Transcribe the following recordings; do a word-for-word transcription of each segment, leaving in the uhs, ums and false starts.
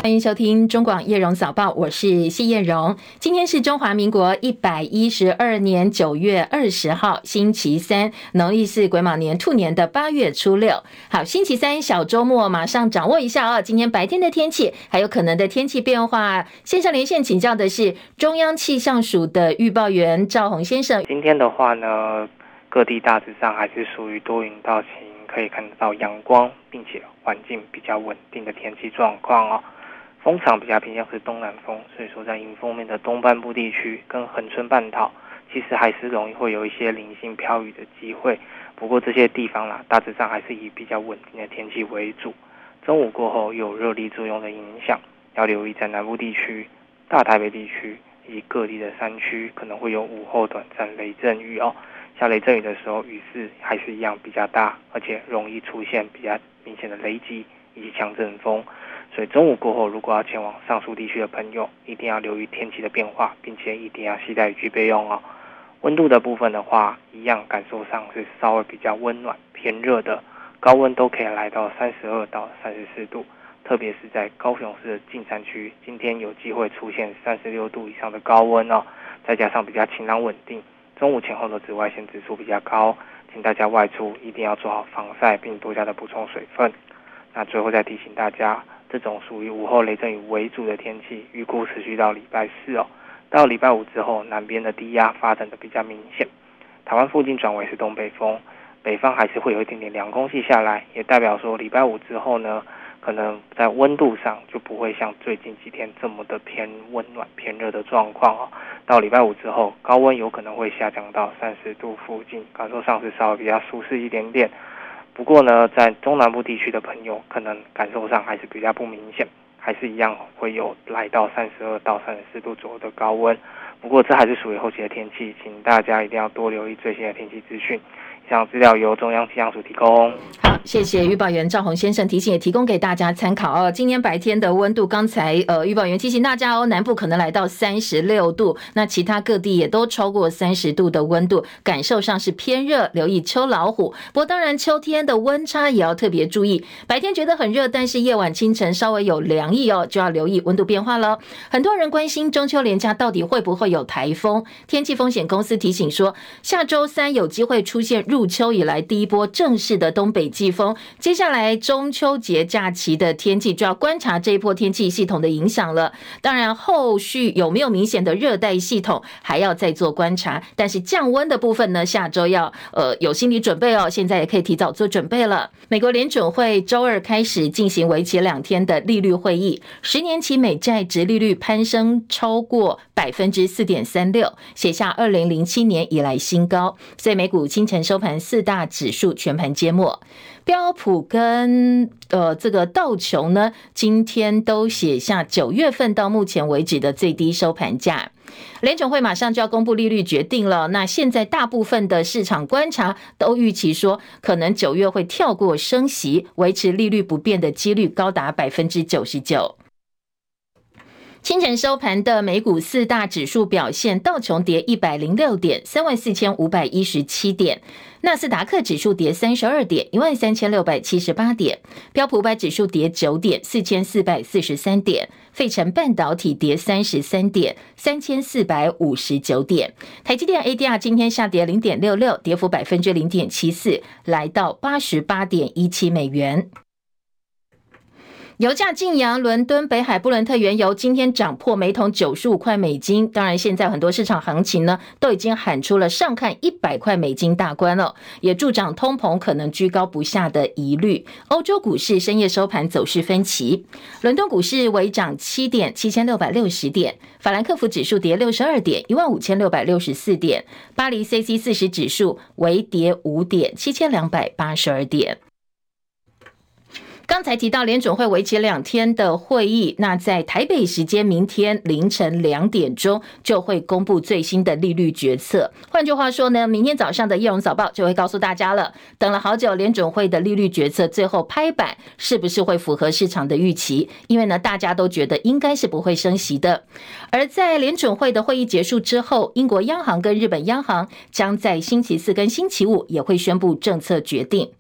欢迎收听中广叶荣早报，我是谢叶荣。今天是中华民国一百一十二年九月二十号，星期三，农历是癸卯年兔年的八月初六。好，星期三小周末，马上掌握一下哦。今天白天的天气，还有可能的天气变化。线上连线请教的是中央气象署的预报员赵宏先生。 今天的话呢，各地大致上还是属于多云到晴，可以看得到阳光，并且环境比较稳定的天气状况哦。风场比较偏向是东南风，所以说在迎风面的东半部地区跟恒春半岛，其实还是容易会有一些零星飘雨的机会。不过这些地方啦，大致上还是以比较稳定的天气为主。中午过后有热力作用的影响，要留意在南部地区、大台北地区以及各地的山区可能会有午后短暂雷阵雨哦。下雷阵雨的时候，雨势还是一样比较大，而且容易出现比较明显的雷击以及强阵风。所以中午过后，如果要前往上述地区的朋友，一定要留意天气的变化，并且一定要携带雨具备用哦。温度的部分的话，一样感受上是稍微比较温暖偏热的，高温都可以来到三十二到三十四度，特别是在高雄市的近山区，今天有机会出现三十六度以上的高温哦，再加上比较晴朗稳定，中午前后的紫外线指数比较高，请大家外出一定要做好防晒，并多加的补充水分。那最后再提醒大家，这种属于午后雷阵雨为主的天气，预估持续到礼拜四哦。到礼拜五之后，南边的低压发展的比较明显，台湾附近转为是东北风，北方还是会有一点点凉空气下来，也代表说礼拜五之后呢，可能在温度上就不会像最近几天这么的偏温暖偏热的状况哦。到礼拜五之后，高温有可能会下降到三十度附近，感受上是稍微比较舒适一点点。不过呢，在中南部地区的朋友，可能感受上还是比较不明显，还是一样会有来到三十二到三十四度左右的高温。不过这还是属于后期的天气，请大家一定要多留意最新的天气资讯。以上资料由中央气象署提供。 好，谢谢预报员赵宏先生提醒，也提供给大家参考哦。今天白天的温度，刚才呃预报员提醒大家哦，南部可能来到三十六度，那其他各地也都超过三十度的温度，感受上是偏热，留意秋老虎。不过当然秋天的温差也要特别注意，白天觉得很热，但是夜晚清晨稍微有凉意哦，就要留意温度变化了。很多人关心中秋连假到底会不会有台风，天气风险公司提醒说，下周三有机会出现入秋以来第一波正式的东北季风，接下来中秋节假期的天气就要观察这一波天气系统的影响了。当然后续有没有明显的热带系统还要再做观察，但是降温的部分呢，下周要呃有心理准备哦，现在也可以提早做准备了。美国联准会周二开始进行为期两天的利率会议，十年期美债殖利率攀升超过 百分之四点三六， 写下二零零七年以来新高，所以美股清晨收盘四大指数全盘皆墨，标普跟呃这个道琼呢，今天都写下九月份到目前为止的最低收盘价。联准会马上就要公布利率决定了，那现在大部分的市场观察都预期说，可能九月会跳过升息，维持利率不变的几率高达 百分之九十九。清晨收盘的美股四大指数表现，道琼跌一百零六点 三万四千五百一十七点，纳斯达克指数跌三十二点 一万三千六百七十八点，标普五百指数跌九点 四千四百四十三点，费城半导体跌三十三点 三千四百五十九点，台积电 A D R 今天下跌 零点六六， 跌幅 百分之零点七四， 来到 八十八点一七美元。油价晋阳，伦敦北海布伦特原油今天涨破每桶九十五块美金，当然现在很多市场行情呢都已经喊出了上看一百块美金大关了，也助长通膨可能居高不下的疑虑。欧洲股市深夜收盘走势分歧，伦敦股市微涨七点 七千六百六十点，法兰克福指数跌六十二点 一万五千六百六十四点，巴黎 C C 四十 指数微跌五点 七千两百八十二点。刚才提到联准会为期两天的会议，那在台北时间明天凌晨两点钟就会公布最新的利率决策。换句话说呢，明天早上的叶荣早报就会告诉大家了，等了好久联准会的利率决策最后拍板是不是会符合市场的预期，因为呢大家都觉得应该是不会升息的。而在联准会的会议结束之后，英国央行跟日本央行将在星期四跟星期五也会宣布政策决定。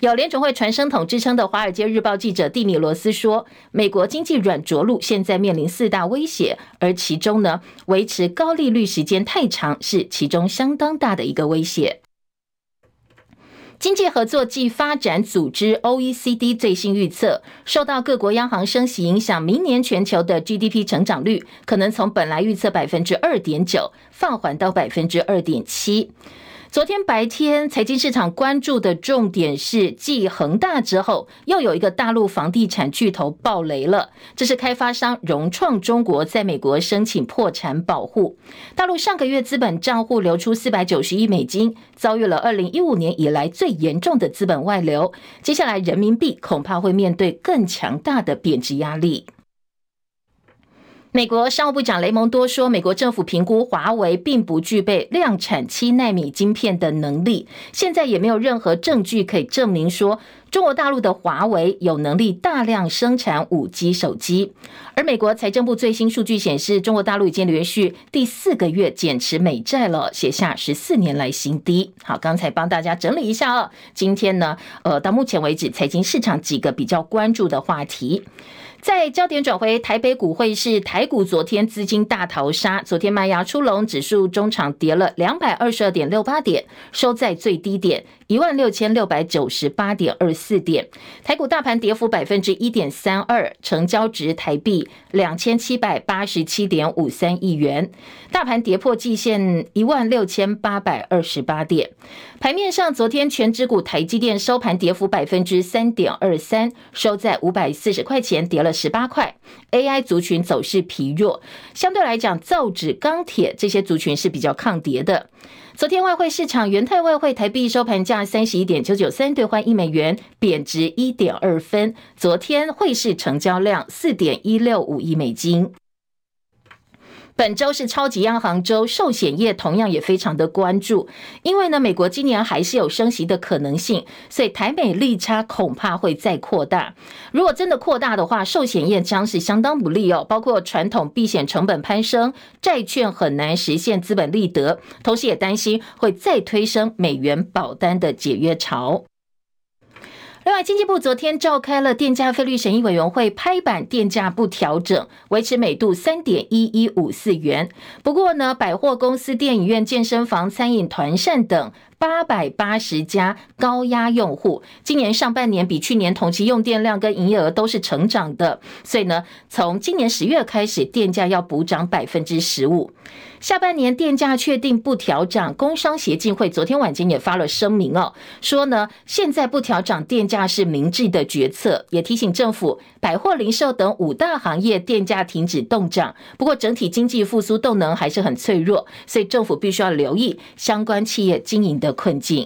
有联准会传声筒之称的《华尔街日报》记者蒂米罗斯说，美国经济软着陆现在面临四大威胁，而其中呢，维持高利率时间太长是其中相当大的一个威胁。经济合作暨发展组织 O E C D 最新预测，受到各国央行升息影响，明年全球的 G D P 成长率可能从本来预测 百分之二点九 放缓到 百分之二点七。昨天白天，财经市场关注的重点是，继恒大之后，又有一个大陆房地产巨头爆雷了。这是开发商融创中国在美国申请破产保护。大陆上个月资本账户流出四百九十亿美金，遭遇了二零一五年以来最严重的资本外流。接下来人民币恐怕会面对更强大的贬值压力。美国商务部长雷蒙多说，美国政府评估华为并不具备量产七奈米晶片的能力，现在也没有任何证据可以证明说中国大陆的华为有能力大量生产 五 G 手机。而美国财政部最新数据显示，中国大陆已经连续第四个月减持美债了，写下十四年来新低。好，刚才帮大家整理一下哦。今天呢，呃，到目前为止，财经市场几个比较关注的话题。在焦点转回台北股汇市，台股昨天资金大逃杀，昨天卖压出笼，指数中场跌了 两百二十二点六八点，收在最低点 一万六千六百九十八点二四点。台股大盘跌幅 百分之一点三二， 成交值台币两千七百八十七点五三亿元，大盘跌破季线 一万六千八百二十八点。盘面上，昨天全指股台积电收盘跌幅 百分之三点二三， 收在五百四十块钱，跌了十八块。 A I 族群走势疲弱，相对来讲造纸、钢铁这些族群是比较抗跌的。昨天外汇市场，元泰外汇台币收盘价 三十一点九九三兑换一美元，贬值 一点二分。昨天汇市成交量 四点一六五亿美金。本周是超级央行周，寿险业同样也非常的关注，因为呢，美国今年还是有升息的可能性，所以台美利差恐怕会再扩大。如果真的扩大的话，寿险业将是相当不利哦，包括传统避险成本攀升，债券很难实现资本利得，同时也担心会再推升美元保单的解约潮。另外，经济部昨天召开了电价费率审议委员会，拍板电价不调整，维持每度 三点一一五四元。不过呢，百货公司、电影院、健身房、餐饮团膳等八百八十家高压用户，今年上半年比去年同期用电量跟营业额都是成长的，所以呢，从今年十月开始，电价要补涨 百分之十五。下半年电价确定不调涨，工商协进会昨天晚间也发了声明哦，说呢，现在不调涨电价是明智的决策，也提醒政府百货零售等五大行业电价停止动涨。不过整体经济复苏动能还是很脆弱，所以政府必须要留意相关企业经营的困境。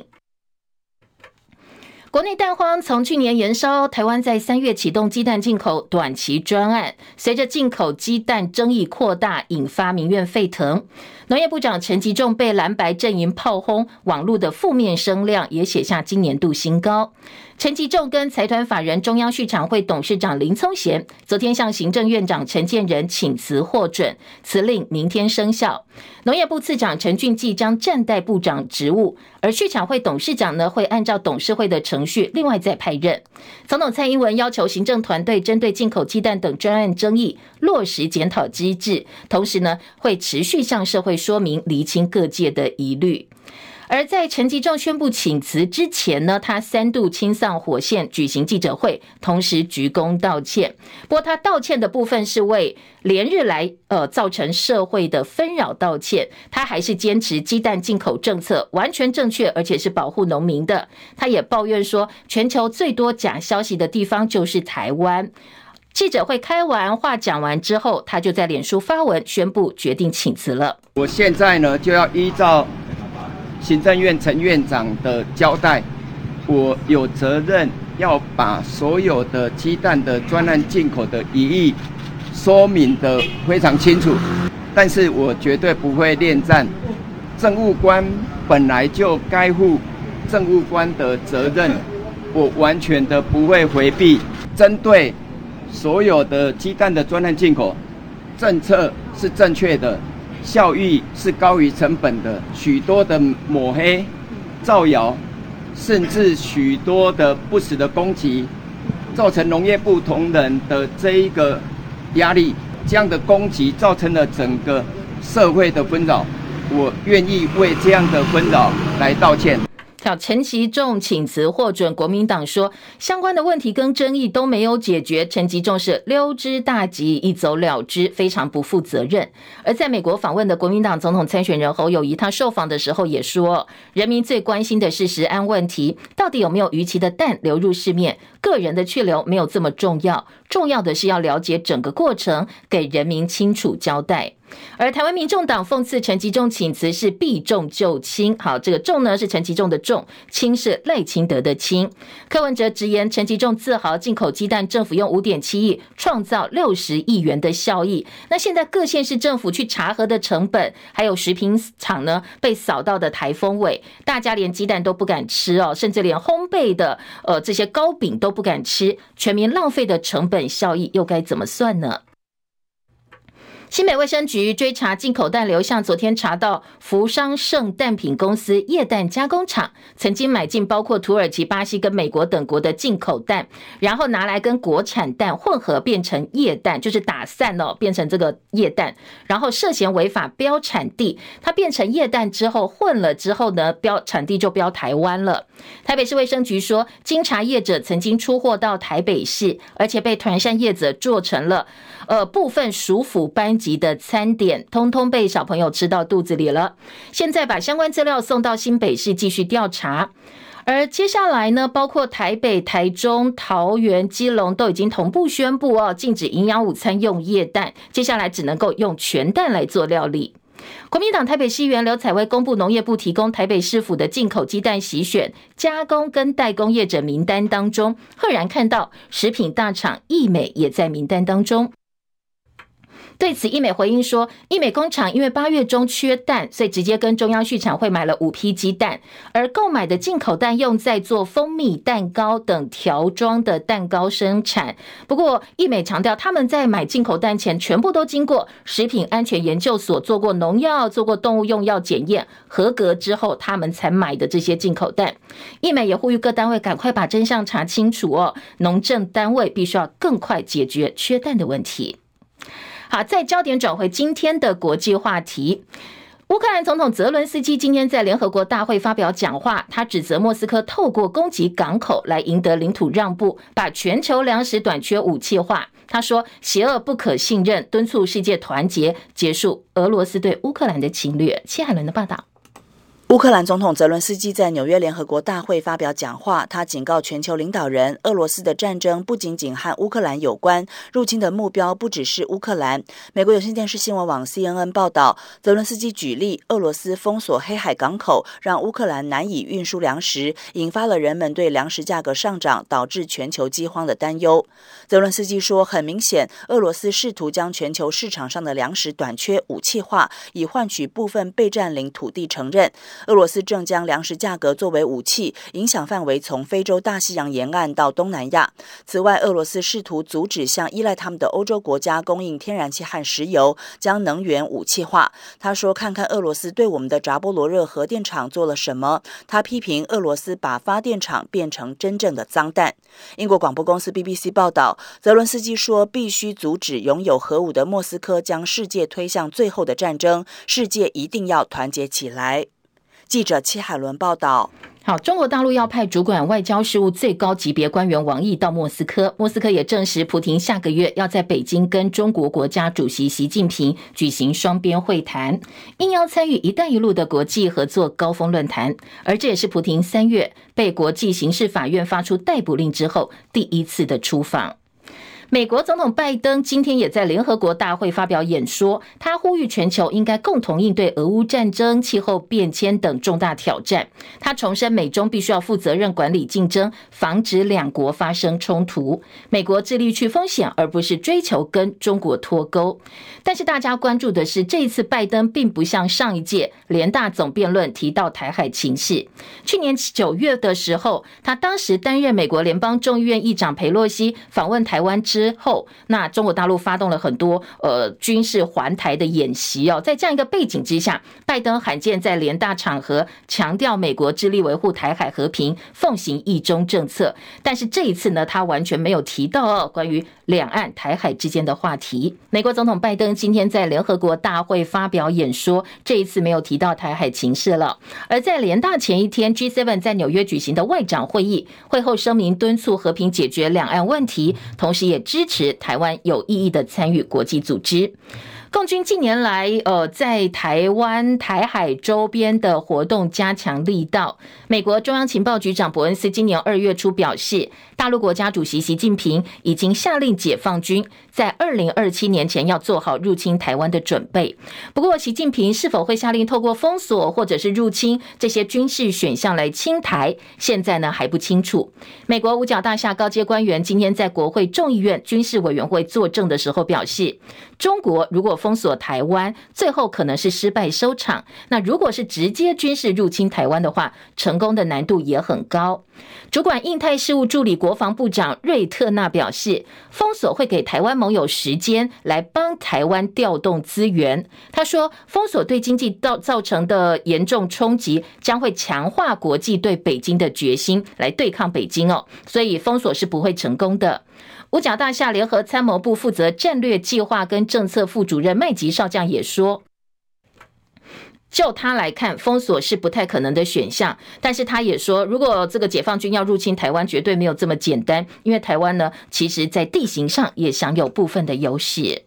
国内蛋荒从去年延烧，台湾在三月启动鸡蛋进口短期专案，随着进口鸡蛋争议扩大，引发民怨沸腾。农业部长陈吉仲被蓝白阵营炮轰，网络的负面声量也写下今年度新高。陈吉仲跟财团法人中央畜产会董事长林聪贤昨天向行政院长陈建仁请辞获准，辞令明天生效。农业部次长陈俊基将暂代部长职务，而畜产会董事长呢会按照董事会的程序另外再派任。总统蔡英文要求行政团队针对进口鸡蛋等专案争议落实检讨机制，同时呢会持续向社会说明厘清各界的疑虑。而在陈吉仲宣布请辞之前呢，他三度亲上火线举行记者会，同时鞠躬道歉。不过他道歉的部分是为连日来呃造成社会的纷扰道歉，他还是坚持鸡蛋进口政策完全正确，而且是保护农民的。他也抱怨说，全球最多假消息的地方就是台湾。记者会开完话讲完之后，他就在脸书发文宣布决定请辞了。 我现在呢就要依照行政院陈院长的交代，我有责任要把所有的鸡蛋的专案进口的疑义说明得非常清楚，但是我绝对不会恋战。政务官本来就该负政务官的责任，我完全的不会回避。针对所有的鸡蛋的专案进口政策是正确的，效益是高于成本的，许多的抹黑、造谣甚至许多的不实的攻击，造成农业部同仁的这一个压力，这样的攻击造成了整个社会的纷扰，我愿意为这样的纷扰来道歉。 陈其仲请辞获准，国民党说相关的问题跟争议都没有解决，陈其仲是溜之大吉，一走了之，非常不负责任。而在美国访问的国民党总统参选人侯友宜，他受访的时候也说，人民最关心的是食安问题，到底有没有逾期的蛋流入市面，个人的去留没有这么重要，重要的是要了解整个过程，给人民清楚交代。而台湾民众党讽刺陈其仲请辞是避重就轻，好，这个重呢是陈其仲的重，轻是赖清德的轻。柯文哲直言，陈其仲自豪进口鸡蛋，政府用 五点七亿创造六十亿元的效益。那现在各县市政府去查核的成本，还有食品厂呢被扫到的台风尾，大家连鸡蛋都不敢吃哦，甚至连烘焙的呃这些糕饼都不敢吃，全民浪费的成本效益又该怎么算呢？新北卫生局追查进口蛋流向，昨天查到福商盛蛋品公司液蛋加工厂曾经买进包括土耳其、巴西跟美国等国的进口蛋，然后拿来跟国产蛋混合变成液蛋，就是打散哦，变成这个液蛋，然后涉嫌违法标产地，它变成液蛋之后混了之后呢，标产地就标台湾了。台北市卫生局说，经查业者曾经出货到台北市，而且被团膳业者做成了呃部分属府班级的餐点，通通被小朋友吃到肚子里了。现在把相关资料送到新北市继续调查。而接下来呢，包括台北、台中、桃园、基隆都已经同步宣布哦，禁止营养午餐用液蛋，接下来只能够用全蛋来做料理。国民党台北市议员刘彩薇公布农业部提供台北市府的进口鸡蛋洗选、加工跟代工业者名单当中，赫然看到食品大厂义美也在名单当中。对此，义美回应说，义美工厂因为八月中缺蛋，所以直接跟中央畜产会买了五批鸡蛋，而购买的进口蛋用在做蜂蜜蛋糕等条装的蛋糕生产。不过，义美强调，他们在买进口蛋前，全部都经过食品安全研究所做过农药、做过动物用药检验，合格之后，他们才买的这些进口蛋。义美也呼吁各单位赶快把真相查清楚哦，农政单位必须要更快解决缺蛋的问题。好，再焦点转回今天的国际话题。乌克兰总统泽伦斯基今天在联合国大会发表讲话，他指责莫斯科透过攻击港口来赢得领土让步，把全球粮食短缺武器化。他说邪恶不可信任，敦促世界团结，结束俄罗斯对乌克兰的侵略。谢海伦的报道。 乌克兰总统泽伦斯基在纽约联合国大会发表讲话，他警告全球领导人，俄罗斯的战争不仅仅和乌克兰有关，入侵的目标不只是乌克兰。美国有线电视新闻网 C N N 报道，泽伦斯基举例，俄罗斯封锁黑海港口，让乌克兰难以运输粮食，引发了人们对粮食价格上涨导致全球饥荒的担忧。泽伦斯基说，很明显，俄罗斯试图将全球市场上的粮食短缺武器化，以换取部分被占领土地承认。俄罗斯正将粮食价格作为武器，影响范围从非洲大西洋沿岸到东南亚。此外，俄罗斯试图阻止向依赖他们的欧洲国家供应天然气和石油，将能源武器化。他说，看看俄罗斯对我们的扎波罗热核电厂做了什么。他批评俄罗斯把发电厂变成真正的脏蛋。英国广播公司 B B C 报道，泽伦斯基说，必须阻止拥有核武的莫斯科将世界推向最后的战争，世界一定要团结起来。记者戚海伦报道。 好，中国大陆要派主管外交事务最高级别官员王毅到莫斯科，莫斯科也证实，普亭下个月要在北京跟中国国家主席习近平举行双边会谈，应邀参与“一带一路”的国际合作高峰论坛，而这也是普亭三月被国际刑事法院发出逮捕令之后第一次的出访。美国总统拜登今天也在联合国大会发表演说，他呼吁全球应该共同应对俄乌战争、气候变迁等重大挑战。他重申美中必须要负责任管理竞争，防止两国发生冲突。美国致力去风险，而不是追求跟中国脱钩。但是大家关注的是，这一次拜登并不像上一届联大总辩论提到台海情势。去年九月的时候，他当时担任美国联邦众议院议长裴洛西访问台湾之之后，那中国大陆发动了很多呃军事环台的演习哦，在这样一个背景之下，拜登罕见在联大场合强调美国致力维护台海和平，奉行一中政策。但是这一次呢，他完全没有提到哦关于两岸台海之间的话题。美国总统拜登今天在联合国大会发表演说，这一次没有提到台海情势了。而在联大前一天 G 七 在纽约举行的外长会议，会后声明敦促和平解决两岸问题，同时也支持台湾有意义的参与国际组织。共军近年来呃，在台湾台海周边的活动加强力道。美国中央情报局长伯恩斯今年二月初表示，大陆国家主席习近平已经下令解放军在二零二七年前要做好入侵台湾的准备。不过习近平是否会下令透过封锁或者是入侵这些军事选项来侵台，现在呢还不清楚。美国五角大厦高阶官员今天在国会众议院军事委员会作证的时候表示，中国如果封锁台湾，最后可能是失败收场。那如果是直接军事入侵台湾的话，成功的难度也很高。主管印太事务助理国防部长瑞特纳表示，封锁会给台湾盟友时间来帮台湾调动资源。他说，封锁对经济造成的严重冲击将会强化国际对北京的决心来对抗北京哦，所以封锁是不会成功的。五角大厦联合参谋部负责战略计划跟政策副主任麦吉少将也说，就他来看，封锁是不太可能的选项，但是他也说，如果这个解放军要入侵台湾，绝对没有这么简单，因为台湾呢，其实在地形上也享有部分的优势。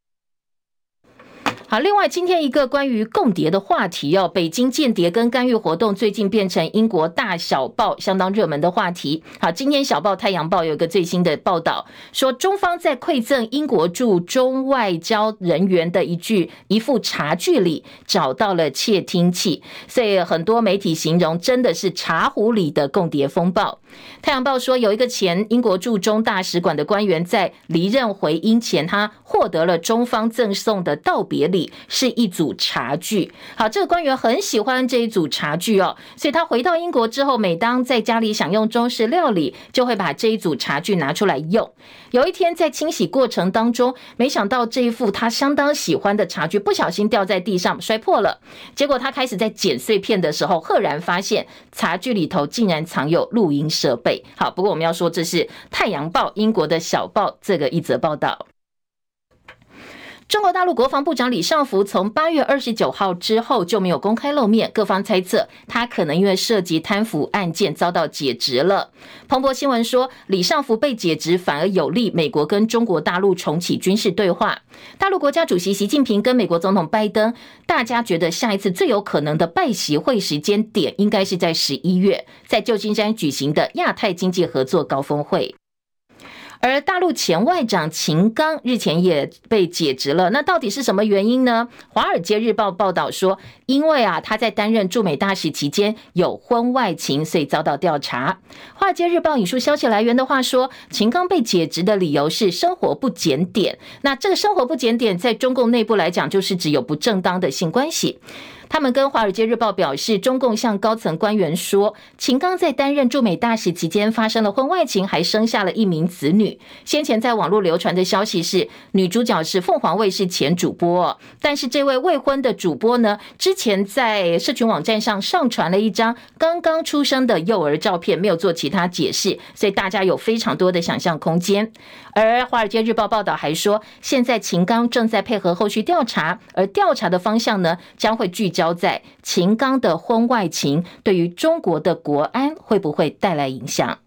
好，另外今天一个关于共谍的话题哦，北京间谍跟干预活动最近变成英国大小报相当热门的话题。好，今天小报太阳报有一个最新的报道，说中方在馈赠英国驻中外交人员的一句一副茶具里找到了窃听器，所以很多媒体形容真的是茶壶里的共谍风暴。太阳报说，有一个前英国驻中大使馆的官员在离任回英前，他获得了中方赠送的道别礼，是一组茶具。好，这个官员很喜欢这一组茶具哦，所以他回到英国之后，每当在家里享用中式料理，就会把这一组茶具拿出来用。有一天在清洗过程当中，没想到这一副他相当喜欢的茶具不小心掉在地上摔破了，结果他开始在捡碎片的时候，赫然发现茶具里头竟然藏有录音设备。好，不过我们要说这是太阳报英国的小报这个一则报道。中国大陆国防部长李尚福从八月二十九号之后就没有公开露面，各方猜测他可能因为涉及贪腐案件遭到解职了。彭博新闻说，李尚福被解职反而有利美国跟中国大陆重启军事对话。大陆国家主席习近平跟美国总统拜登，大家觉得下一次最有可能的拜习会时间点应该是在十一月，在旧金山举行的亚太经济合作高峰会。而大陆前外长秦刚日前也被解职了，那到底是什么原因呢？华尔街日报报道说，因为啊他在担任驻美大使期间有婚外情，所以遭到调查。华尔街日报引述消息来源的话说，秦刚被解职的理由是生活不检点。那这个生活不检点在中共内部来讲，就是指有不正当的性关系。他们跟《华尔街日报》表示，中共向高层官员说，秦刚在担任驻美大使期间发生了婚外情，还生下了一名子女。先前在网络流传的消息是，女主角是凤凰卫视前主播，但是这位未婚的主播呢，之前在社群网站上上传了一张刚刚出生的幼儿照片，没有做其他解释，所以大家有非常多的想象空间。而《华尔街日报》报道还说，现在秦刚正在配合后续调查，而调查的方向呢，将会聚焦交在秦刚的婚外情对于中国的国安会不会带来影响。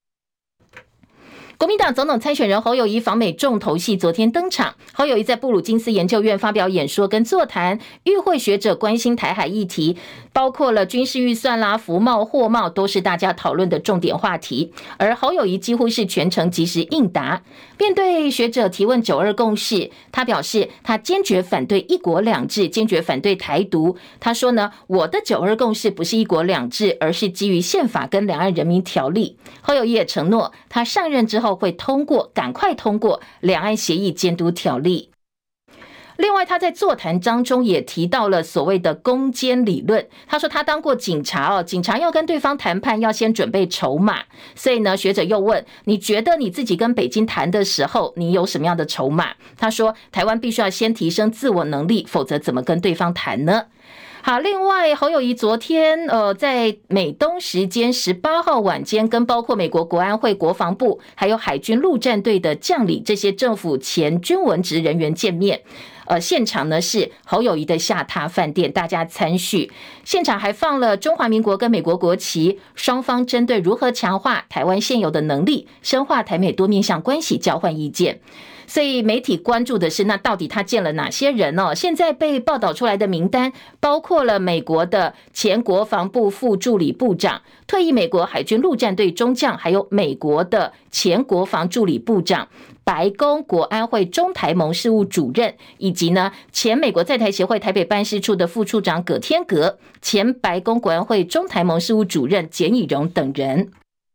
国民党总统参选人侯友宜访美重头戏昨天登场，侯友宜在布鲁金斯研究院发表演说跟座谈，与会学者关心台海议题，包括了军事预算啦、服贸、货贸，都是大家讨论的重点话题。而侯友宜几乎是全程即时应答。面对学者提问九二共识，他表示他坚决反对一国两制，坚决反对台独。他说呢，我的九二共识不是一国两制，而是基于宪法跟两岸人民条例。侯友宜也承诺，他上任之后会通过，赶快通过两岸协议监督条例。 另外，他在座谈当中也提到了所谓的攻坚理论。他说他当过警察哦，警察要跟对方谈判，要先准备筹码。所以呢，学者又问，你觉得你自己跟北京谈的时候，你有什么样的筹码？他说，台湾必须要先提升自我能力，否则怎么跟对方谈呢？好，另外侯友宜昨天呃在美东时间十八号晚间，跟包括美国国安会、国防部还有海军陆战队的将领这些政府前军文职人员见面。呃，现场呢是侯友宜的下榻饭店，大家参叙。现场还放了中华民国跟美国国旗，双方针对如何强化台湾现有的能力，深化台美多面向关系交换意见。所以媒体关注的是，那到底他见了哪些人哦？现在被报道出来的名单包括了美国的前国防部副助理部长、退役美国海军陆战队中将，还有美国的前国防助理部长、白宫国安会中台盟事务主任，以及呢前美国在台协会台北办事处的副处长葛天格、前白宫国安会中台盟事务主任简以荣等人。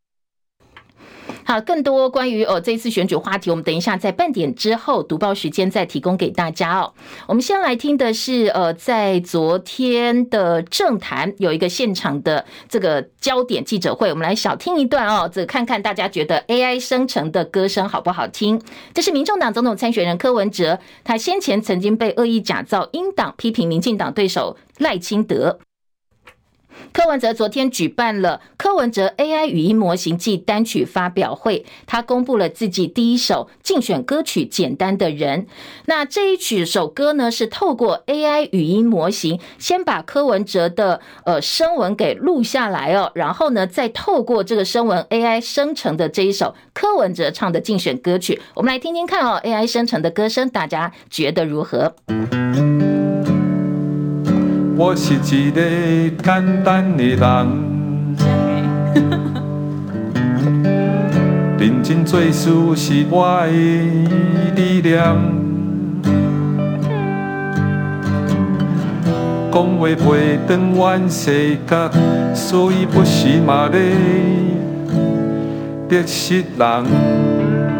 好，更多关于呃这一次选举话题，我们等一下在半点之后读报时间再提供给大家哦。我们先来听的是呃在昨天的政坛有一个现场的这个焦点记者会，我们来小听一段哦，这看看大家觉得 A I 生成的歌声好不好听。这是民众党总统参选人柯文哲，他先前曾经被恶意假造英党，批评民进党对手赖清德。柯文哲昨天举办了柯文哲 A I 语音模型暨单曲发表会，他公布了自己第一首竞选歌曲《简单的人》。那这一曲首歌呢，是透过 A I 语音模型，先把柯文哲的呃声纹给录下来哦，然后呢，再透过这个声纹 A I 生成的这一首柯文哲唱的竞选歌曲，我们来听听看哦 ，A I 生成的歌声，大家觉得如何？ 我是一个简单的人，认真做事是我的理念，讲话袂长冤世角，所以不时嘛咧得失人。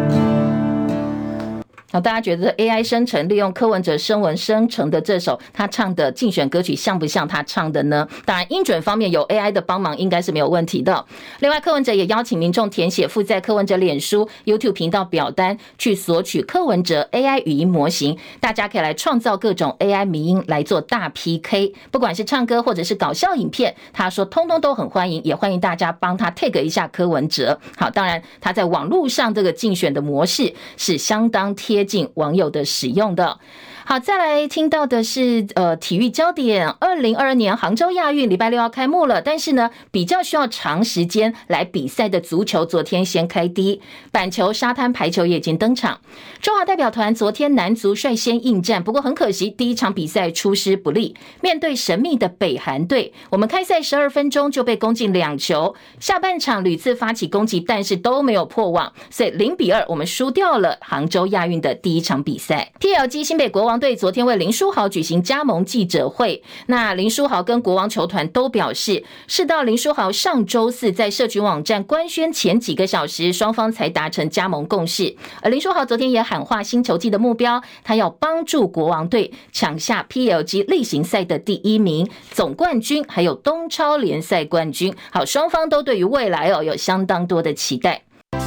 好，大家觉得 A I 生成利用柯文哲声纹生成的这首他唱的竞选歌曲像不像他唱的呢？当然音准方面有 A I 的帮忙应该是没有问题的。另外柯文哲也邀请民众填写附在柯文哲脸书 YouTube 频道表单，去索取柯文哲 A I 语音模型，大家可以来创造各种 A I 迷音来做大 P K， 不管是唱歌或者是搞笑影片，他说通通都很欢迎，也欢迎大家帮他 tag 一下柯文哲。好，当然他在网络上这个竞选的模式是相当贴接近网友的使用的。好，再来听到的是呃体育焦点，二零二二年杭州亚运礼拜六要开幕了，但是呢比较需要长时间来比赛的足球昨天先开低，板球、沙滩排球也已经登场。中华代表团昨天男足率先应战，不过很可惜第一场比赛出师不利，面对神秘的北韩队，我们开赛十二分钟就被攻进两球，下半场屡次发起攻击，但是都没有破网，所以零比二我们输掉了杭州亚运的第一场比赛。 T L G 新北国王队昨天为林书豪举行加盟记者会，那林书豪跟国王球团都表示，是到林书豪上周四在社群网站官宣前几个小时，双方才达成加盟共识。而林书豪昨天也喊话新球季的目标，他要帮助国王队抢下 P L G 例行赛的第一名、总冠军，还有东超联赛冠军。好，双方都对于未来哦有相当多的期待。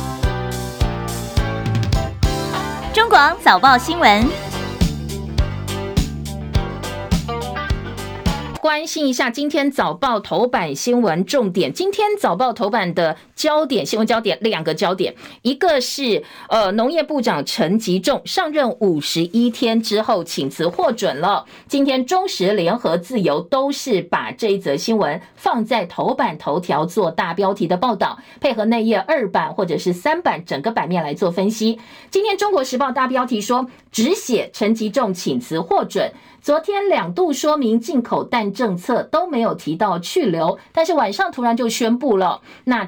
中广早报新闻， 关心一下今天早报头版新闻重点。今天早报头版的焦点新闻焦点两个焦点，一个是呃农业部长陈吉仲上任五十一天之后请辞获准了。今天中时、联合、自由都是把这一则新闻放在头版头条做大标题的报道，配合内页二版或者是三版整个版面来做分析。今天中国时报大标题说，只写陈吉仲请辞获准。昨天两度说明进口蛋政策都没有提到去留，但是晚上突然就宣布了，那称两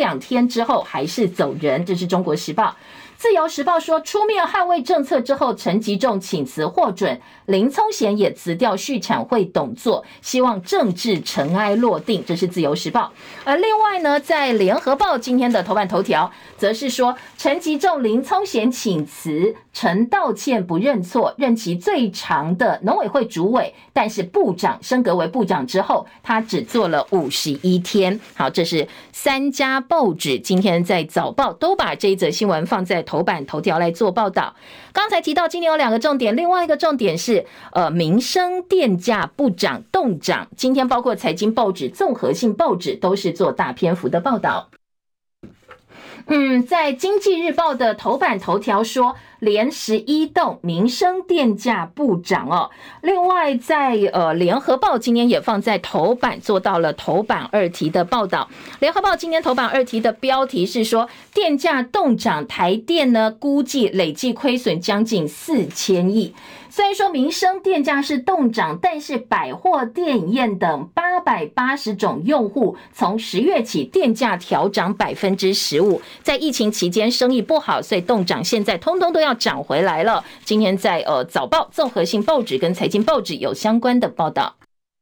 两天之后还是走人，这是中国时报。自由时报说，出面捍卫政策之后，陈吉仲请辞获准，林聪贤也辞掉续产会董座，希望政治尘埃落定，这是自由时报。而另外呢，在联合报今天的头版头条，则是说陈吉仲、林聪贤请辞，陈道歉不认错，任期最长的农委会主委，但是部长升格为部长之后，他只做了五十一天。好，这是三家报纸今天在早报都把这一则新闻放在头版头条来做报道。刚才提到今天有两个重点，另外一个重点是呃民生电价不涨动涨，今天包括财经报纸、综合性报纸都是做大篇幅的报道。嗯，在经济日报的头版头条说，连十一栋民生电价不涨哦。另外在呃联合报今天也放在头版，做到了头版二题的报道。联合报今天头版二题的标题是说，电价动涨，台电呢估计累计亏损将近四千亿。虽然说民生电价是动涨，但是百货、电影院等八百八十种用户从十月起电价调涨百分之十五，在疫情期间生意不好，所以动涨，现在通通都要涨回来了。今天在呃早报、综合性报纸跟财经报纸有相关的报道。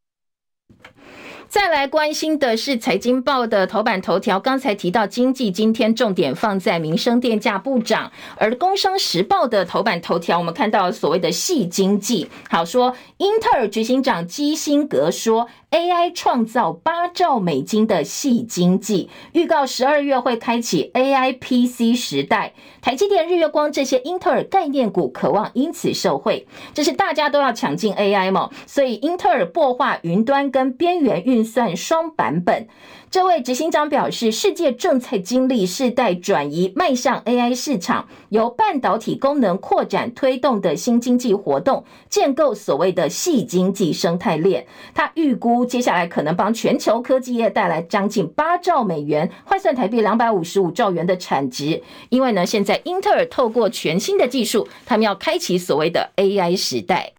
再来关心的是财经报的头版头条，刚才提到经济今天重点放在民生电价不涨，而工商时报的头版头条我们看到所谓的细经济，好说英特尔执行长基辛格说 A I 创造八兆美金的细经济，预告十二月会开启 A I P C 时代，台积电、日月光这些英特尔概念股渴望因此受惠，这是大家都要抢进 A I 嘛，所以英特尔擘画云端跟边缘运算双版本。这位执行长表示，世界正在经历世代转移，迈向 A I 市场，由半导体功能扩展推动的新经济活动，建构所谓的细经济生态链。他预估接下来可能帮全球科技业带来将近八兆美元，换算台币两百五十五兆元的产值。因为呢，现在英特尔透过全新的技术，他们要开启所谓的 A I 时代。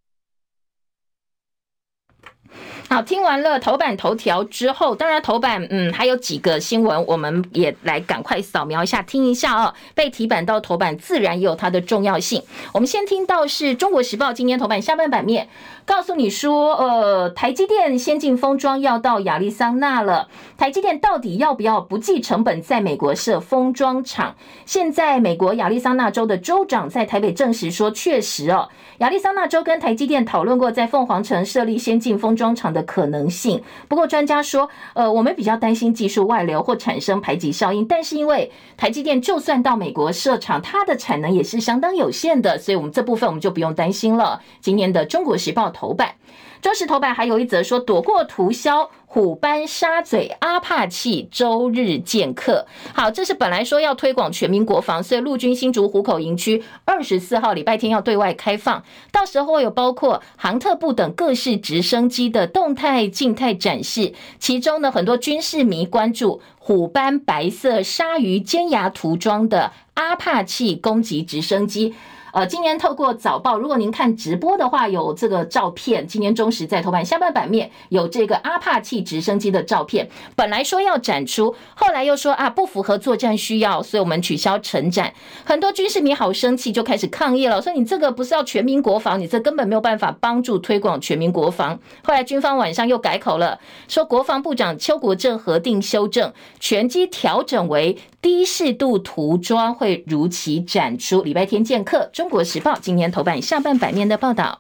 好，听完了头版头条之后，当然头版嗯还有几个新闻，我们也来赶快扫描一下，听一下哦。被提版到头版，自然也有它的重要性。我们先听到是中国时报今天头版下半版面，告诉你说，呃，台积电先进封装要到亚利桑那了。台积电到底要不要不计成本在美国设封装厂？现在美国亚利桑那州的州长在台北证实说，确实哦，亚利桑那州跟台积电讨论过在凤凰城设立先进封装厂的可能性。不过专家说，呃，我们比较担心技术外流或产生排挤效应，但是因为台积电就算到美国设厂，它的产能也是相当有限的，所以我们这部分我们就不用担心了。今天的中国时报头版，中时头版还有一则说，躲过屠枭，虎斑沙嘴阿帕契周日见客。好，这是本来说要推广全民国防，所以陆军新竹虎口营区二十四号礼拜天要对外开放，到时候有包括航特部等各式直升机的动态静态展示，其中呢很多军事迷关注虎斑白色鲨鱼尖牙涂装的阿帕契攻击直升机。呃，今年透过早报，如果您看直播的话，有这个照片。今年中时在头版下半版面有这个阿帕契直升机的照片，本来说要展出，后来又说啊不符合作战需要，所以我们取消成展。很多军事迷好生气，就开始抗议了，说你这个不是要全民国防，你这根本没有办法帮助推广全民国防。后来军方晚上又改口了，说国防部长邱国正核定修正，全机调整为低适度涂装，会如期展出。礼拜天见客。中国时报今天头版下半版面的报道。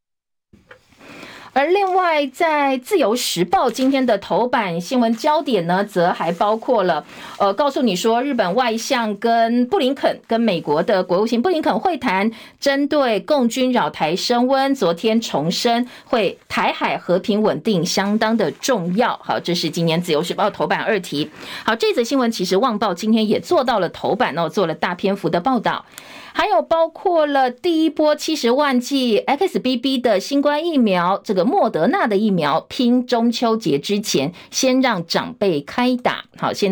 而另外在自由时报今天的头版新闻焦点呢，则还包括了呃，告诉你说日本外相跟布林肯跟美国的国务卿布林肯会谈，针对共军扰台升温，昨天重申会台海和平稳定相当的重要。好，这是今年自由时报头版二题。好，这则新闻其实旺报今天也做到了头版哦，做了大篇幅的报道。还有包括了第一波七十万剂 X B B 的新冠疫苗，这个莫德纳的疫苗拼中秋节之前先让长辈开打。好，现在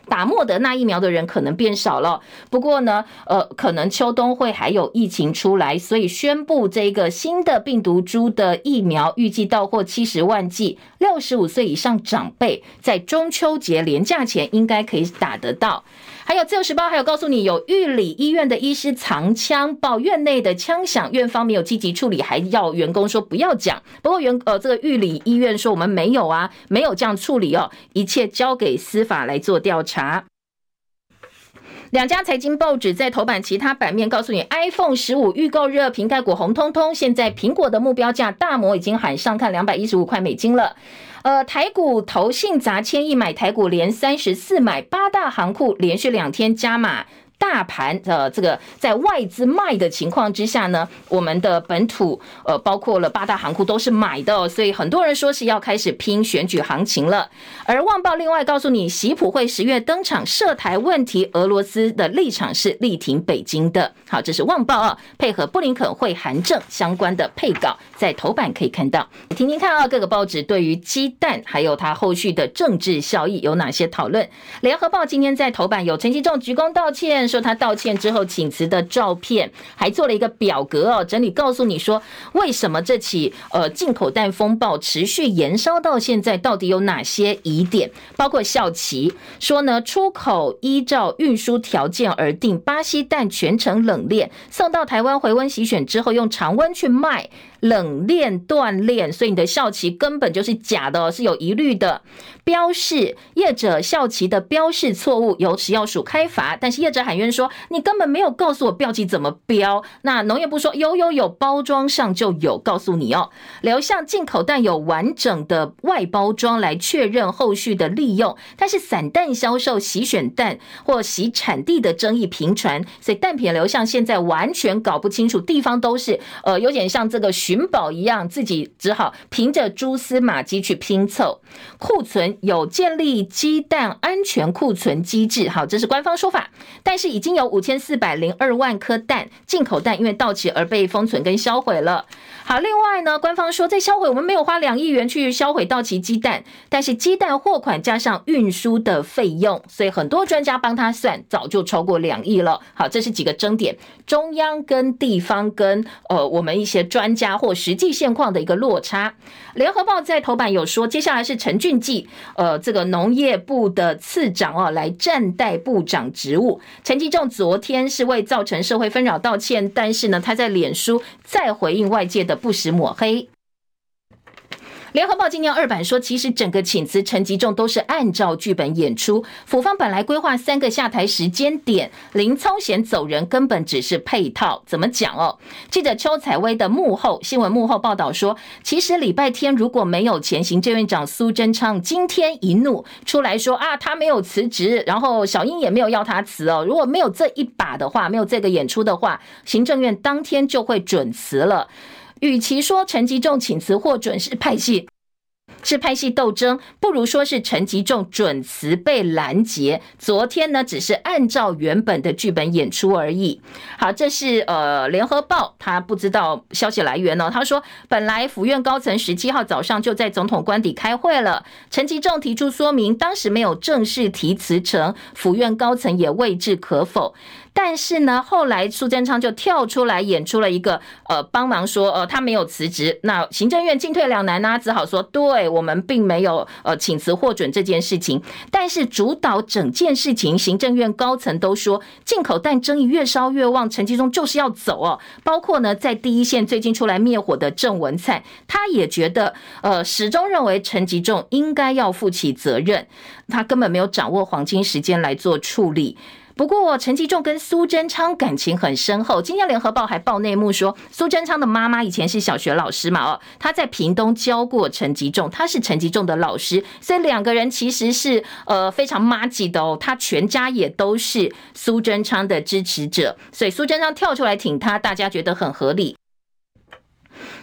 打莫德纳疫苗的人可能变少了。不过呢，呃，可能秋冬会还有疫情出来，所以宣布这个新的病毒株的疫苗预计到货七十万剂，六十五岁以上长辈在中秋节连假前应该可以打得到。还有自由时报还有告诉你，有玉里医院的医师藏枪报院内的枪响，院方没有积极处理，还要员工说不要讲。不过员呃这个玉里医院说我们没有啊，没有这样处理哦，一切交给司法来做调查。两家财经报纸在头版其他版面告诉你 iPhone 十五预购热，瓶盖股红通通，现在苹果的目标价大摩已经喊上看两百一十五块美金了。呃，台股投信砸千亿买台股，连三十四买，八大行库连续两天加码。大盘呃，这个在外资卖的情况之下呢，我们的本土呃，包括了八大行库都是买的、哦，所以很多人说是要开始拼选举行情了。而旺报另外告诉你，习普会十月登场，涉台问题，俄罗斯的立场是力挺北京的。好，这是旺报啊，配合布林肯会韩正相关的配稿，在头版可以看到。听听看啊，各个报纸对于鸡蛋还有它后续的政治效益有哪些讨论？联合报今天在头版有陈其仲鞠躬道歉。说他道歉之后请辞的照片，还做了一个表格哦，整理告诉你说为什么这起呃进口蛋风暴持续延烧到现在，到底有哪些疑点？包括效期说呢，出口依照运输条件而定，巴西蛋全程冷链送到台湾回温洗选之后，用常温去卖。冷链断链，所以你的效期根本就是假的、哦，是有疑虑的。标示业者效期的标示错误，由食药署开罚，但是业者喊冤说你根本没有告诉我标记怎么标。那农业部说有有有，包装上就有告诉你哦。流向进口蛋有完整的外包装来确认后续的利用，但是散蛋销售洗选蛋或洗产地的争议频传，所以蛋品流向现在完全搞不清楚，地方都是呃有点像这个寻宝一样，自己只好凭着蛛丝马迹去拼凑。库存有建立鸡蛋安全库存机制，好，这是官方说法，但是已经有五千四百零二万颗蛋进口蛋因为到期而被封存跟销毁了。好，另外呢，官方说在销毁我们没有花两亿元去销毁到期鸡蛋，但是鸡蛋货款加上运输的费用，所以很多专家帮他算，早就超过两亿了。好，这是几个争点，中央跟地方跟呃我们一些专家或实际现况的一个落差。联合报在头版有说，接下来是陈俊记，呃，这个农业部的次长哦，来暂代部长职务。陈其仲昨天是为造成社会纷扰道歉，但是呢，他在脸书再回应外界的不实抹黑。联合报今年二版说，其实整个请辞陈吉仲都是按照剧本演出，府方本来规划三个下台时间点，林聪贤走人根本只是配套。怎么讲哦？记者邱采薇的幕后新闻幕后报道说，其实礼拜天如果没有前行政院长苏贞昌今天一怒出来说啊，他没有辞职，然后小英也没有要他辞哦，如果没有这一把的话，没有这个演出的话，行政院当天就会准辞了。与其说陈吉仲请辞获准是派系是派系斗争，不如说是陈吉仲准辞被拦截。昨天呢，只是按照原本的剧本演出而已。好，这是呃联合报，他不知道消息来源呢、哦。他说，本来府院高层十七号早上就在总统官邸开会了，陈吉仲提出说明，当时没有正式提辞呈，府院高层也未置可否。但是呢，后来苏贞昌就跳出来演出了一个呃，帮忙说呃他没有辞职，那行政院进退两难啊，只好说对我们并没有呃请辞获准这件事情。但是主导整件事情，行政院高层都说进口蛋争议越烧越旺，陈其中就是要走哦。包括呢在第一线最近出来灭火的郑文灿，他也觉得呃始终认为陈吉仲应该要负起责任，他根本没有掌握黄金时间来做处理。不过陈吉仲跟苏贞昌感情很深厚，今天联合报还报内幕说，苏贞昌的妈妈以前是小学老师嘛，哦，她在屏东教过陈吉仲，她是陈吉仲的老师，所以两个人其实是呃非常麻吉的哦，他全家也都是苏贞昌的支持者，所以苏贞昌跳出来挺他，大家觉得很合理。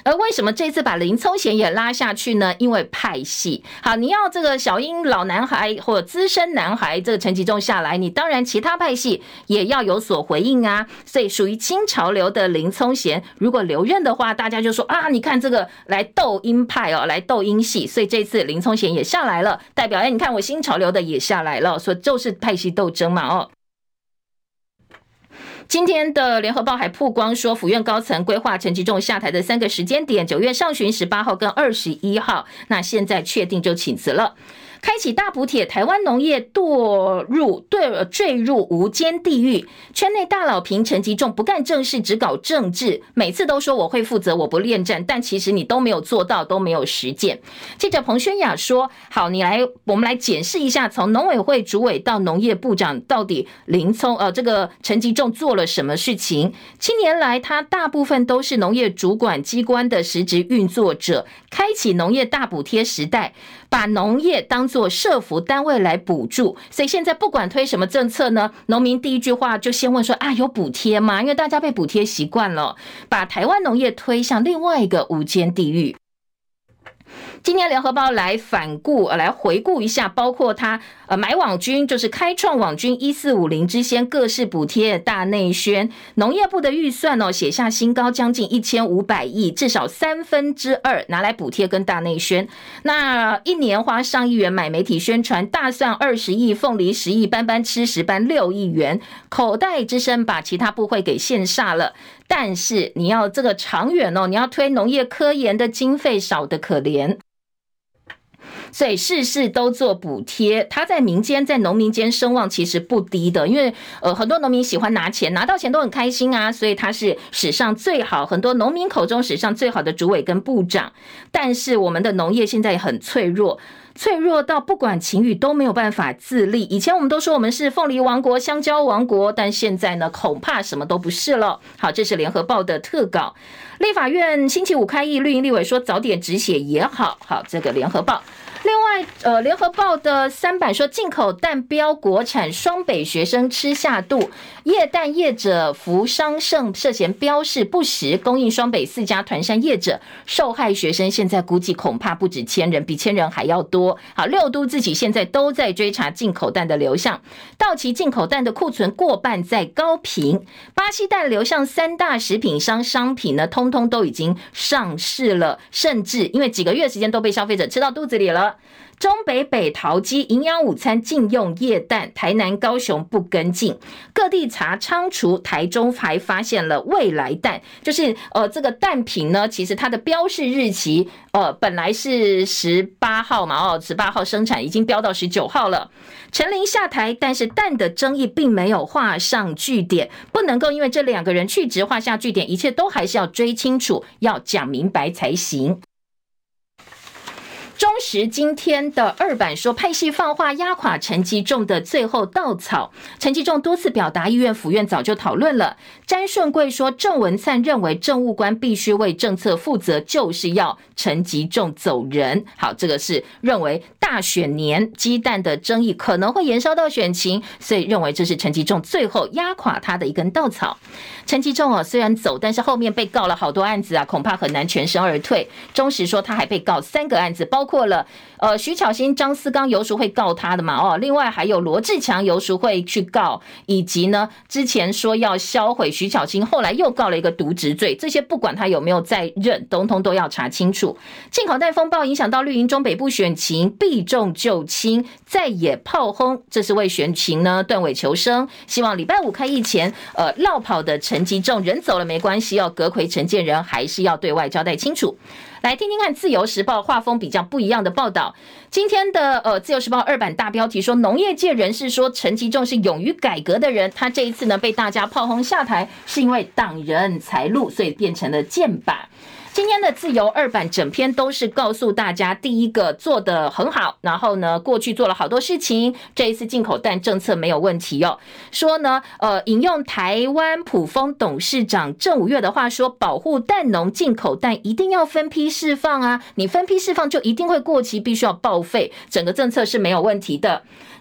而为什么这次把林聪贤也拉下去呢？因为派系。好，你要这个小英老男孩或者资深男孩这个陈吉仲下来，你当然其他派系也要有所回应啊。所以属于新潮流的林聪贤，如果留任的话，大家就说啊，你看这个来斗鹰派哦，来斗鹰系。所以这次林聪贤也下来了，代表哎，你看我新潮流的也下来了，所以就是派系斗争嘛哦。今天的联合报还曝光说，府院高层规划陈吉仲下台的三个时间点，九月上旬、十八号跟二十一号，那现在确定就请辞了。开启大补帖，台湾农业堕入对坠入无间地狱。圈内大佬评陈吉仲不干正事，只搞政治，每次都说我会负责，我不恋战，但其实你都没有做到，都没有实践。记者彭宣雅说：“好，你来，我们来检视一下，从农委会主委到农业部长，到底林聪呃这个陈吉仲做了什么事情？七年来，他大部分都是农业主管机关的实质运作者，开启农业大补贴时代。”把农业当作社福单位来补助，所以现在不管推什么政策呢，农民第一句话就先问说啊，有补贴吗？因为大家被补贴习惯了，把台湾农业推向另外一个无间地狱。今天联合报来反顾、呃、来回顾一下，包括他呃买网军，就是开创网军一四五零之先，各式补贴大内宣，农业部的预算哦写下新高，将近一千五百亿，至少三分之二拿来补贴跟大内宣。那一年花上亿元买媒体宣传，大蒜二十亿，凤梨十亿，班班吃十班六亿元，口袋之深把其他部会给羡煞了。但是你要这个长远哦，你要推农业科研的经费少得可怜。所以事事都做补贴，他在民间在农民间声望其实不低的，因为呃很多农民喜欢拿钱，拿到钱都很开心啊，所以他是史上最好，很多农民口中史上最好的主委跟部长。但是我们的农业现在很脆弱，脆弱到不管晴雨都没有办法自立。以前我们都说我们是凤梨王国、香蕉王国，但现在呢恐怕什么都不是了。好，这是联合报的特稿。立法院星期五开议，绿营立委说早点止血也好。好，这个联合报。另外，呃，联合报的三版说，进口蛋标国产，双北学生吃下肚。业蛋业者福商盛涉嫌标示不实，供应双北四家团膳业者，受害学生现在估计恐怕不止千人，比千人还要多。好，六都自己现在都在追查进口蛋的流向，到期进口蛋的库存过半在高屏，巴西蛋流向三大食品商商品呢，通通都已经上市了，甚至因为几个月时间都被消费者吃到肚子里了。中北北桃机营养午餐禁用液蛋，台南高雄不跟进，各地查仓储，台中还发现了未来蛋，就是呃这个蛋品呢，其实它的标示日期呃本来是十八号嘛，哦十八号生产，已经标到十九号了。陈林下台，但是蛋的争议并没有画上句点，不能够因为这两个人去职画下句点，一切都还是要追清楚，要讲明白才行。中时今天的二版说，派系放话压垮陈吉仲的最后稻草。陈吉仲多次表达意愿，府院早就讨论了。詹顺贵说，郑文灿认为政务官必须为政策负责，就是要陈吉仲走人。好，这个是认为大选年鸡蛋的争议可能会延烧到选情，所以认为这是陈吉仲最后压垮他的一根稻草。陈吉仲哦，虽然走，但是后面被告了好多案子啊，恐怕很难全身而退。中时说他还被告三个案子，包括了呃徐巧芯、张思刚、游淑慧告他的嘛哦，另外还有罗志强、游淑慧去告，以及呢之前说要销毁徐巧芯，后来又告了一个渎职罪，这些不管他有没有在任，通通都要查清楚。进口蛋风暴影响到绿营中北部选情，避重就轻，再也炮轰，这是为选情呢断尾求生，希望礼拜五开议前，呃落跑的陈吉仲人走了没关系，要阁揆陈建仁还是要对外交代清楚。来听听看自由时报画风比较不一样的报道。今天的呃自由时报二版大标题说，农业界人士说陈吉仲是勇于改革的人，他这一次呢被大家炮轰下台，是因为挡人财路，所以变成了箭靶。今天的自由二版整篇都是告诉大家，第一个做得很好，然后呢过去做了好多事情，这一次进口蛋政策没有问题哦。说呢呃引用台湾普丰董事长郑五月的话说，保护蛋农进口蛋一定要分批释放啊，你分批释放就一定会过期，必须要报废，整个政策是没有问题的。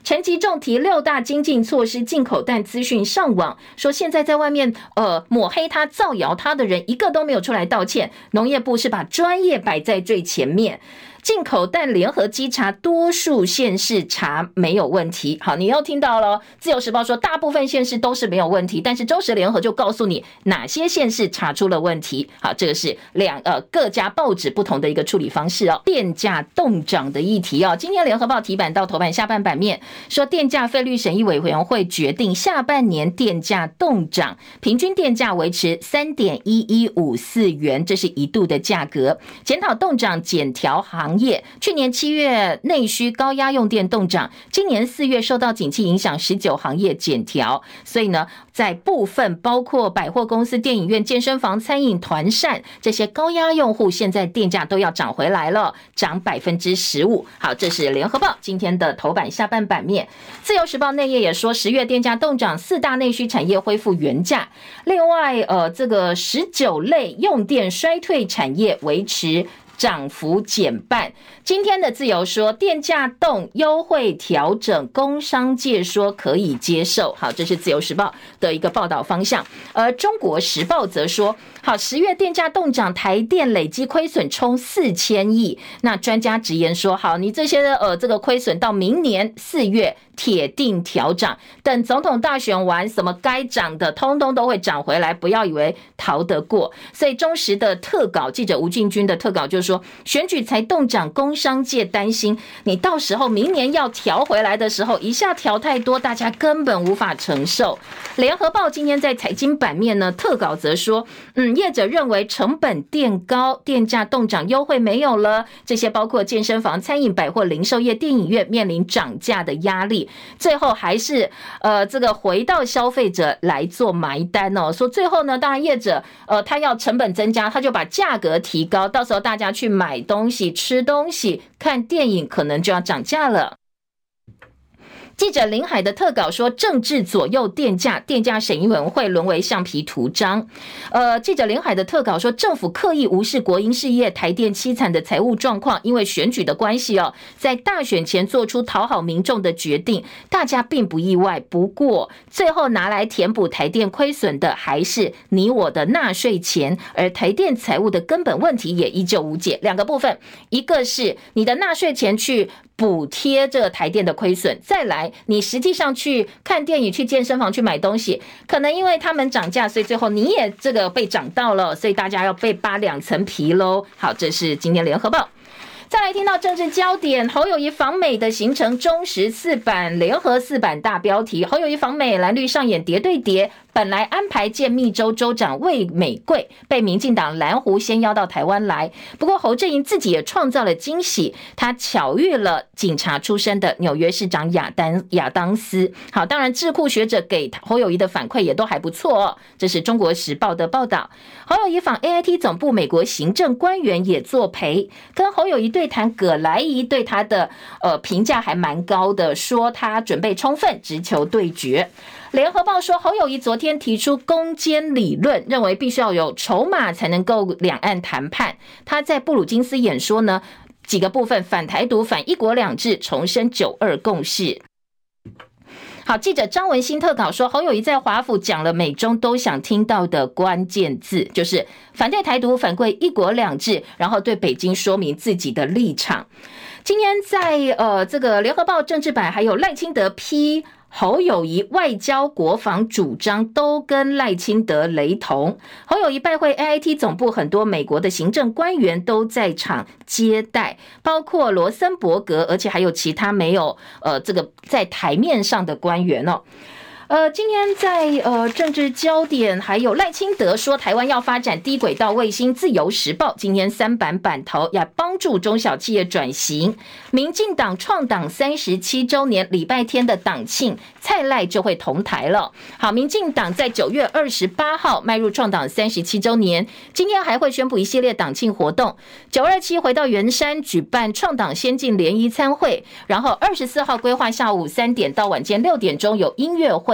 陈吉仲提六大精进措施，进口蛋资讯上网，说现在在外面呃抹黑他、造谣他的人一个都没有出来道歉。农业部是把专业摆在最前面。进口蛋联合稽查，多数县市查没有问题。好，你又听到了，自由时报说大部分县市都是没有问题，但是中时联合就告诉你哪些县市查出了问题。好，这个是两呃各家报纸不同的一个处理方式哦。电价冻涨的议题哦，今天联合报提版到头版下半版面说，电价费率审议委员会决定下半年电价冻涨，平均电价维持 三点一一五四元，这是一度的价格。检讨冻涨减调行业，去年七月内需高压用电冻涨，今年四月受到景气影响，十九行业减调，所以呢，在部分包括百货公司、电影院、健身房、餐饮、团膳这些高压用户，现在电价都要涨回来了，涨百分之十五。好，这是联合报今天的头版下半版面。自由时报内页也说，十月电价冻涨，四大内需产业恢复原价。另外，呃，这个十九类用电衰退产业维持涨幅减半。今天的自由说，电价动优惠调整，工商界说可以接受。好，这是自由时报的一个报道方向。而中国时报则说，好，十月电价动涨，台电累积亏损冲四千亿。那专家直言说，好，你这些呃这个亏损到明年四月铁定调涨，等总统大选完，什么该涨的通通都会涨回来，不要以为逃得过。所以中时的特稿记者吴进军的特稿就是说，选举才动涨，工商界担心你到时候明年要调回来的时候，一下调太多，大家根本无法承受。联合报今天在财经版面呢，特稿则说，嗯，业者认为成本垫高，电价动涨，优惠没有了，这些包括健身房、餐饮、百货、零售业、电影院面临涨价的压力。最后还是呃这个回到消费者来做埋单哦。说最后呢，当然业者呃他要成本增加，他就把价格提高，到时候大家去买东西、吃东西、看电影，可能就要涨价了。记者林海的特稿说，政治左右电价，电价审议委员会沦为橡皮图章。呃，记者林海的特稿说，政府刻意无视国营事业台电凄惨的财务状况，因为选举的关系哦，在大选前做出讨好民众的决定，大家并不意外。不过，最后拿来填补台电亏损的，还是你我的纳税钱，而台电财务的根本问题也依旧无解。两个部分，一个是你的纳税钱去补贴这台电的亏损，再来你实际上去看电影、去健身房、去买东西，可能因为他们涨价，所以最后你也这个被涨到了，所以大家要被扒两层皮咯。好，这是今天联合报。再来听到政治焦点，侯友宜访美的行程，中时四版、联合四版大标题，侯友宜访美，蓝绿上演叠对叠。本来安排见密州州长魏美贵，被民进党蓝湖先邀到台湾来。不过侯阵营自己也创造了惊喜，他巧遇了警察出身的纽约市长亚当亚当斯。好，当然智库学者给侯友宜的反馈也都还不错哦。这是中国时报的报道。侯友宜访 A I T 总部，美国行政官员也作陪，跟侯友宜对谈，葛莱仪对他的呃评价还蛮高的，说他准备充分，直球对决。联合报说，侯友宜昨天提出攻坚理论，认为必须要有筹码才能够两岸谈判。他在布鲁金斯演说呢，几个部分，反台独、反一国两制，重申九二共识。好，记者张文新特稿说，侯友宜在华府讲了美中都想听到的关键字，就是反对台独、反对一国两制，然后对北京说明自己的立场。今天在呃这个联合报政治版，还有赖清德批侯友宜外交国防主张都跟赖清德雷同。侯友宜拜会 A I T 总部，很多美国的行政官员都在场接待，包括罗森伯格，而且还有其他没有呃这个在台面上的官员哦。呃，今天在呃政治焦点，还有赖清德说台湾要发展低轨道卫星，自由时报今天三版版头要帮助中小企业转型。民进党创党三十七周年，礼拜天的党庆，蔡赖就会同台了。好，民进党在九月二十八号迈入创党三十七周年，今天还会宣布一系列党庆活动。九二七回到圆山举办创党先进联谊参会，然后二十四号规划下午三点到晚间六点钟有音乐会。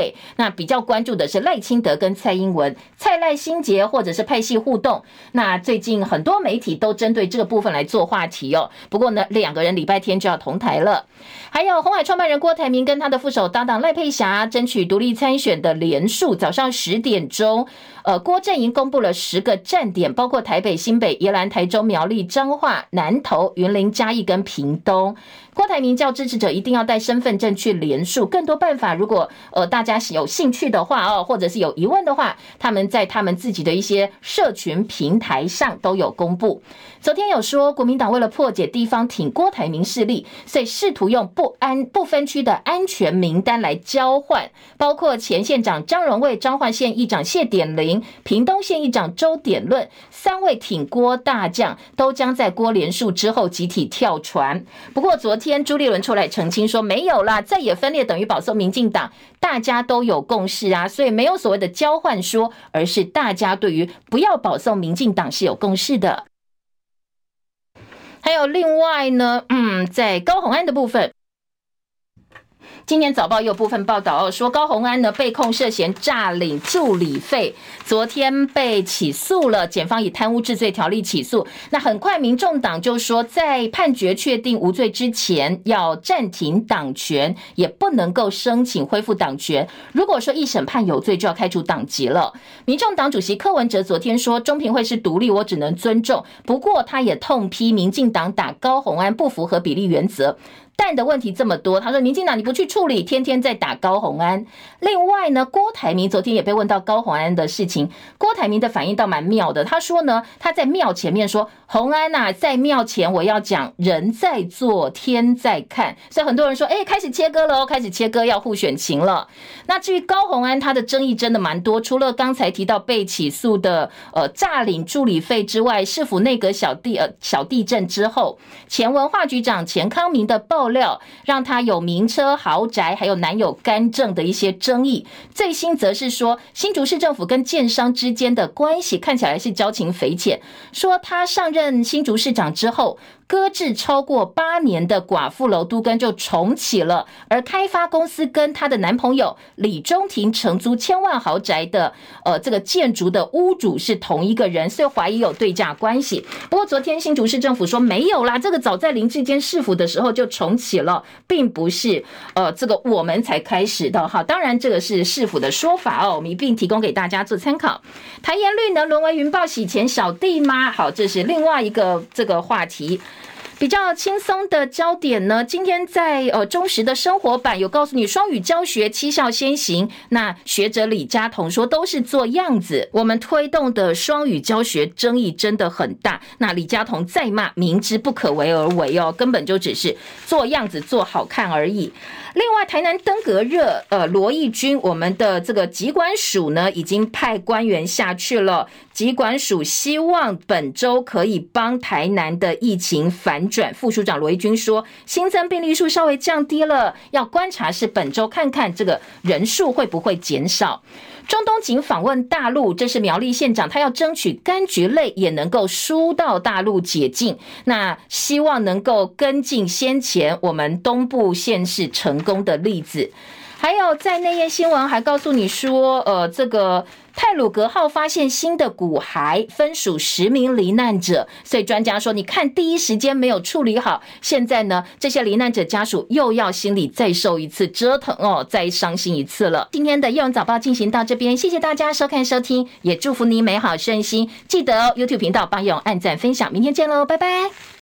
会，那比较关注的是赖清德跟蔡英文，蔡赖心结或者是派系互动。那最近很多媒体都针对这个部分来做话题哦。不过呢，两个人礼拜天就要同台了。还有鸿海创办人郭台铭跟他的副手搭档赖佩霞争取独立参选的连署，早上十点钟，呃，郭阵营公布了十个站点，包括台北、新北、宜兰、台中、苗栗、彰化、南投、云林、嘉义跟屏东。郭台铭叫支持者一定要带身份证去连署，更多办法，如果呃大家有兴趣的话哦，或者是有疑问的话，他们在他们自己的一些社群平台上都有公布。昨天有说，国民党为了破解地方挺郭台铭势力，所以试图用不安不分区的安全名单来交换，包括前县长张荣卫、彰化县议长谢典林、屏东县议长周典论三位挺郭大将，都将在郭连署之后集体跳船。不过昨天朱立伦出来澄清说，没有啦，再也分裂等于保送民进党，大家都有共识啊，所以没有所谓的交换说，而是大家对于不要保送民进党是有共识的。还有另外呢，嗯，在高虹安的部分，今年早报有部分报道说，高虹安呢被控涉嫌诈领助理费，昨天被起诉了，检方以贪污治罪条例起诉。那很快民众党就说，在判决确定无罪之前，要暂停党权，也不能够申请恢复党权。如果说一审判有罪，就要开除党籍了。民众党主席柯文哲昨天说，中评会是独立，我只能尊重。不过他也痛批民进党打高虹安不符合比例原则。但的问题这么多，他说民进党你不去处理，天天在打高虹安。另外呢，郭台铭昨天也被问到高虹安的事情，郭台铭的反应倒蛮妙的，他说呢，他在庙前面说，虹安啊，在庙前我要讲人在做天在看，所以很多人说，哎，开始切割了哦，开始切割要互选情了。那至于高虹安，他的争议真的蛮多，除了刚才提到被起诉的呃诈领助理费之外，市府内阁小地呃小地震之后，前文化局长钱康明的报料让他有名车豪宅还有男友干政的一些争议。最新则是说，新竹市政府跟建商之间的关系看起来是交情匪浅，说他上任新竹市长之后，搁置超过八年的寡妇楼都更就重启了，而开发公司跟她的男朋友李中庭承租千万豪宅的呃这个建筑的屋主是同一个人，所以怀疑有对价关系。不过昨天新竹市政府说没有啦，这个早在林智坚市府的时候就重启了，并不是呃这个我们才开始的哈。当然这个是市府的说法哦，我们一并提供给大家做参考。台盐绿能沦为云豹洗钱小弟吗？好，这是另外一个这个话题。比较轻松的焦点呢，今天在呃中时的生活版有告诉你，双语教学七校先行。那学者李家同说都是做样子，我们推动的双语教学争议真的很大。那李家同再骂明知不可为而为哦，根本就只是做样子做好看而已。另外，台南登革热，呃，罗义军，我们的这个疾管署呢，已经派官员下去了。疾管署希望本周可以帮台南的疫情反转。副署长罗义军说，新增病例数稍微降低了，要观察是本周看看这个人数会不会减少。中东锦访问大陆，这是苗栗县长，他要争取柑橘类也能够输到大陆解禁，那希望能够跟进先前我们东部县市成功的例子。还有在内页新闻还告诉你说，呃，这个太鲁阁号发现新的骨骸，分属十名罹难者，所以专家说，你看第一时间没有处理好，现在呢，这些罹难者家属又要心里再受一次折腾哦，再伤心一次了。今天的叶文早报进行到这边，谢谢大家收看收听，也祝福你美好身心，记得哦 YouTube 频道帮叶文按赞分享，明天见喽，拜拜。